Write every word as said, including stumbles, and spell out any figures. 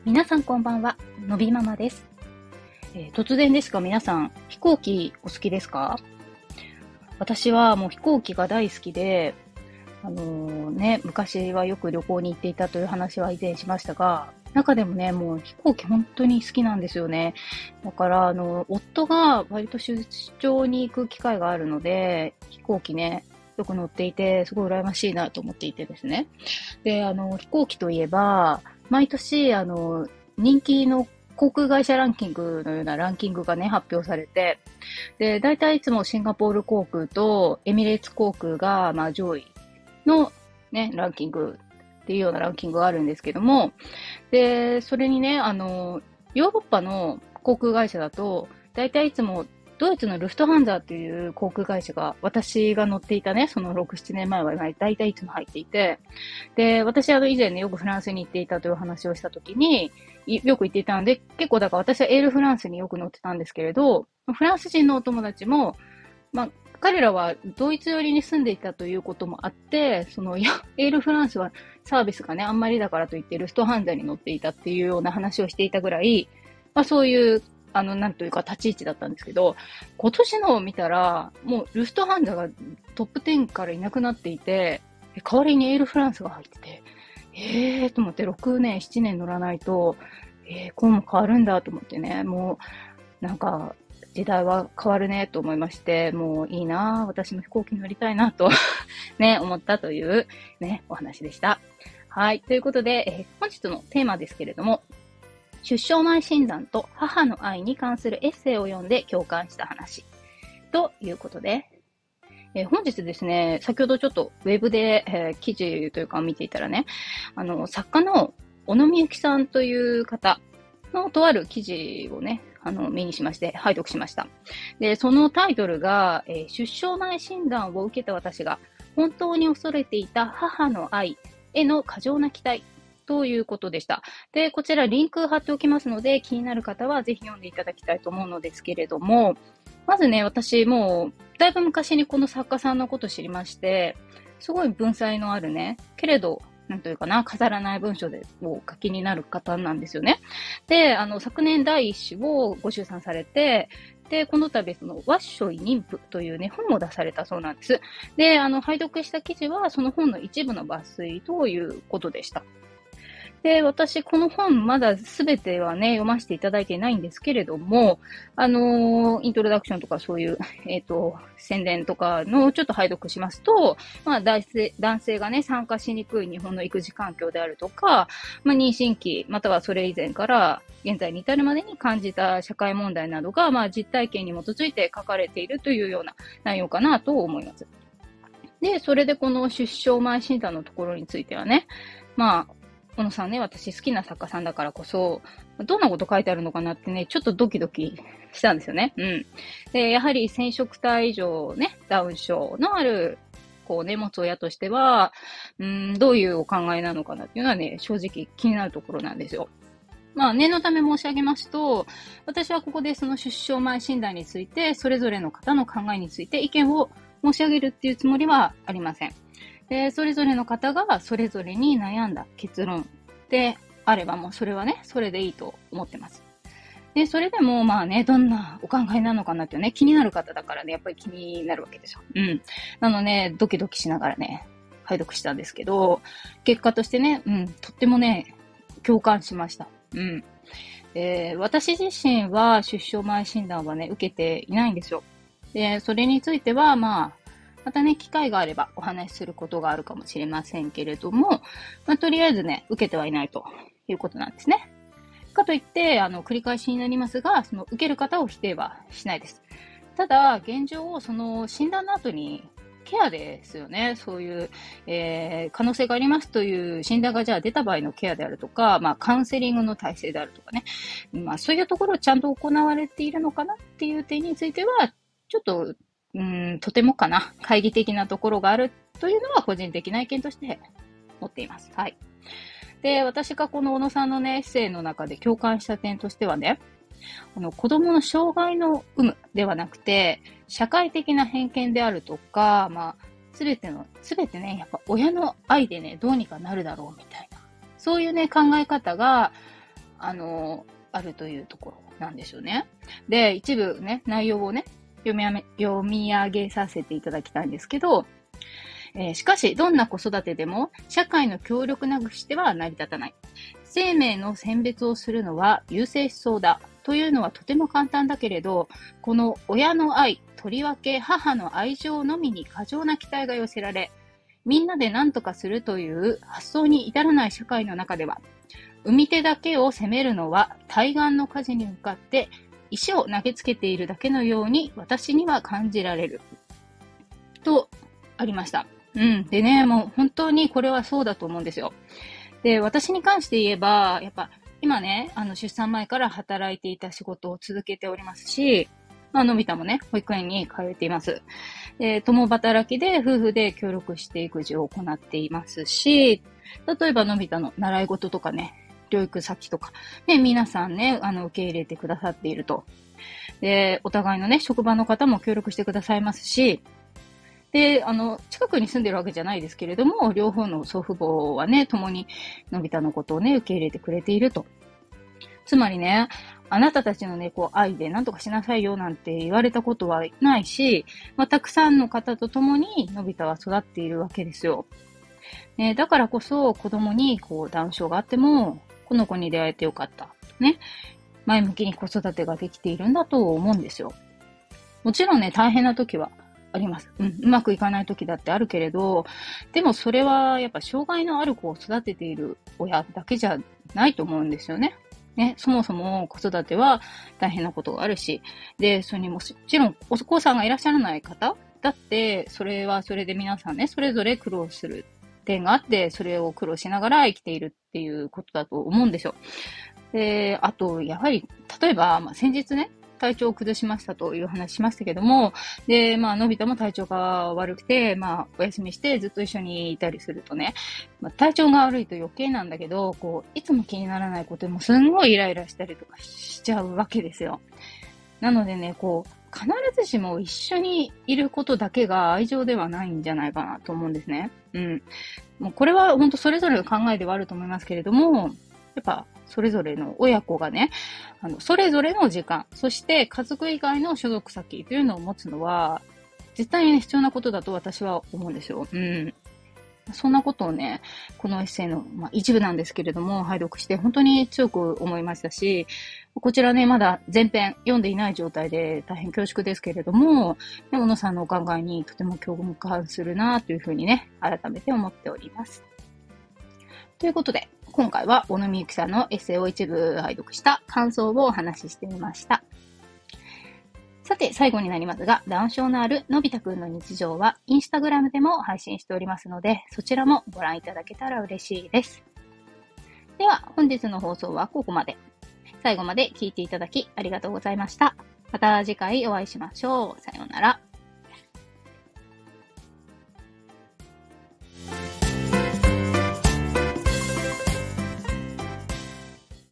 皆さんこんばんは、のびママです、えー、突然ですが皆さん飛行機お好きですか？私はもう飛行機が大好きで、あのー、ね、昔はよく旅行に行っていたという話は以前しましたが、中でもね、もう飛行機本当に好きなんですよね。だから、あの、夫が割と出張に行く機会があるので、飛行機ね、よく乗っていて、すごい羨ましいなと思っていてですね。で、あの、飛行機といえば、毎年、あの、人気の航空会社ランキングのようなランキングがね、発表されて、で、大体いつもシンガポール航空とエミレーツ航空が、まあ、上位のね、ランキングっていうようなランキングがあるんですけども、で、それにね、あの、ヨーロッパの航空会社だと、大体いつもドイツのルフトハンザっていう航空会社が、私が乗っていたね、そのろく、ななねんまえは大体いつも入っていて、で、私あの以前ね、よくフランスに行っていたという話をしたときに、よく行っていたので、結構だから私はエールフランスによく乗ってたんですけれど、フランス人のお友達も、まあ、彼らはドイツ寄りに住んでいたということもあって、その、いや、エールフランスはサービスがね、あんまりだからといってルフトハンザに乗っていたっていうような話をしていたぐらい、まあそういう、あの、なんというか立ち位置だったんですけど、今年のを見たら、もうルフトハンザがトップじゅうからいなくなっていて、代わりにエールフランスが入ってて、えーと思ってろくねん、ななねん乗らないと、えー、こうも変わるんだと思ってね、もう、なんか、時代は変わるねと思いまして、もういいなぁ、私も飛行機乗りたいなとね、思ったというね、お話でした。はい。ということで、えー、本日のテーマですけれども、出生前診断と母の愛に関するエッセイを読んで共感した話ということで、えー、本日ですね、先ほどちょっとウェブで、えー、記事というかを見ていたらね、あの、作家の小野みゆきさんという方のとある記事をね、あの、目にしまして、拝読しました。で、そのタイトルが、えー、出生前診断を受けた私が本当に恐れていた母の愛への過剰な期待ということでした。で、こちらリンク貼っておきますので、気になる方はぜひ読んでいただきたいと思うのですけれども、まずね、私もう、だいぶ昔にこの作家さんのことを知りまして、すごい文才のあるね、けれど、なんというかな、飾らない文章でを書きになる方なんですよね。で、あの、昨年第一子をご出産されて、で、この度、その、ワッショイ妊婦というね、本を出されたそうなんです。で、あの、拝読した記事は、その本の一部の抜粋ということでした。で、私、この本、まだすべてはね、読ませていただいていないんですけれども、あのー、イントロダクションとかそういう、えっと、宣伝とかのちょっと拝読しますと、まあ、男性、男性がね、参加しにくい日本の育児環境であるとか、まあ、妊娠期、またはそれ以前から、現在に至るまでに感じた社会問題などが、まあ、実体験に基づいて書かれているというような内容かなと思います。で、それでこの出生前診断のところについてはね、まあ、小野さんね、私好きな作家さんだからこそ、どんなこと書いてあるのかなってね、ちょっとドキドキしたんですよね。うん。で、やはり染色体以上ね、ダウン症のある、こうね、持つ親としては、うん、どういうお考えなのかなっていうのはね、正直気になるところなんですよ。まあ、念のため申し上げますと、私はここでその出生前診断について、それぞれの方の考えについて意見を申し上げるっていうつもりはありません。で、それぞれの方がそれぞれに悩んだ結論であればもうそれはね、それでいいと思ってます。で、それでもまあね、どんなお考えなのかなってね、気になる方だからね、やっぱり気になるわけですよ。うん。なので、ドキドキしながらね、拝読したんですけど、結果としてね、うん、とってもね、共感しました。うん。で、私自身は出生前診断はね、受けていないんですよ。で、それについてはまあ、またね、機会があればお話しすることがあるかもしれませんけれども、まあ、とりあえずね、受けてはいないということなんですね。かといって、あの、繰り返しになりますが、その、受ける方を否定はしないです。ただ、現状をその、診断の後に、ケアですよね。そういう、えー、可能性がありますという診断がじゃあ出た場合のケアであるとか、まあ、カウンセリングの体制であるとかね。まあ、そういうところをちゃんと行われているのかなっていう点については、ちょっと、うん、とてもかな、懐疑的なところがあるというのは個人的な意見として持っています。はい。で、私がこの小野さんのね、エッセイの中で共感した点としてはね、あの、子供の障害の有無ではなくて、社会的な偏見であるとか、まあ、すべての、すべてね、やっぱ親の愛でね、どうにかなるだろうみたいな。そういうね、考え方が、 あの、あるというところなんですよね。で、一部ね、内容をね、読み上げ、読み上げさせていただきたいんですけど、えー、しかし、どんな子育てでも、社会の協力なくしては成り立たない。生命の選別をするのは優勢思想だ。というのはとても簡単だけれど、この親の愛、とりわけ母の愛情のみに過剰な期待が寄せられ、みんなで何とかするという発想に至らない社会の中では、産み手だけを責めるのは対岸の火事に向かって石を投げつけているだけのように私には感じられる。と、ありました。うん。でね、もう本当にこれはそうだと思うんですよ。で、私に関して言えば、やっぱ今ね、あの出産前から働いていた仕事を続けておりますし、まあ、のび太もね、保育園に通っています。で、共働きで夫婦で協力して育児を行っていますし、例えばのび太の習い事とかね、療育先とか、ね、皆さんね、あの、受け入れてくださっていると。で、お互いのね、職場の方も協力してくださいますし、で、あの、近くに住んでるわけじゃないですけれども、両方の祖父母はね、共にのび太のことをね、受け入れてくれていると。つまりね、あなたたちのね、こう、愛で何とかしなさいよなんて言われたことはないし、まあ、たくさんの方と共にのび太は育っているわけですよ。ね、だからこそ子供にこう、ダウン症があっても、この子に出会えてよかった。ね。前向きに子育てができているんだと思うんですよ。もちろんね、大変な時はあります。うん、うまくいかない時だってあるけれど、でもそれはやっぱ障害のある子を育てている親だけじゃないと思うんですよね。ね、そもそも子育ては大変なことがあるし、で、それにもちろんお子さんがいらっしゃらない方だって、それはそれで皆さんね、それぞれ苦労する点があって、それを苦労しながら生きているっていうことだと思うんですよ。で、あと、やはり、例えば、まあ、先日ね、体調を崩しましたという話しましたけども、で、まあ、のび太も体調が悪くて、まあ、お休みしてずっと一緒にいたりするとね、まあ、体調が悪いと余計なんだけど、こう、いつも気にならないことでもすんごいイライラしたりとかしちゃうわけですよ。なのでね、こう、必ずしも一緒にいることだけが愛情ではないんじゃないかなと思うんですね。うん。もうこれは本当それぞれの考えではあると思いますけれども、やっぱ、それぞれの親子がね、あの、それぞれの時間、そして家族以外の所属先というのを持つのは、絶対に必要なことだと私は思うんですよ。うん。そんなことをね、このエッセイの、まあ、一部なんですけれども、拝読して本当に強く思いましたし、こちらね、まだ前編読んでいない状態で大変恐縮ですけれども、小野さんのお考えにとても共感するなというふうにね、改めて思っております。ということで、今回は小野みゆきさんのエッセイを一部拝読した感想をお話ししてみました。さて、最後になりますが、ダウン症のあるのび太くんの日常は、インスタグラムでも配信しておりますので、そちらもご覧いただけたら嬉しいです。では、本日の放送はここまで。最後まで聞いていただきありがとうございました。また次回お会いしましょう。さようなら。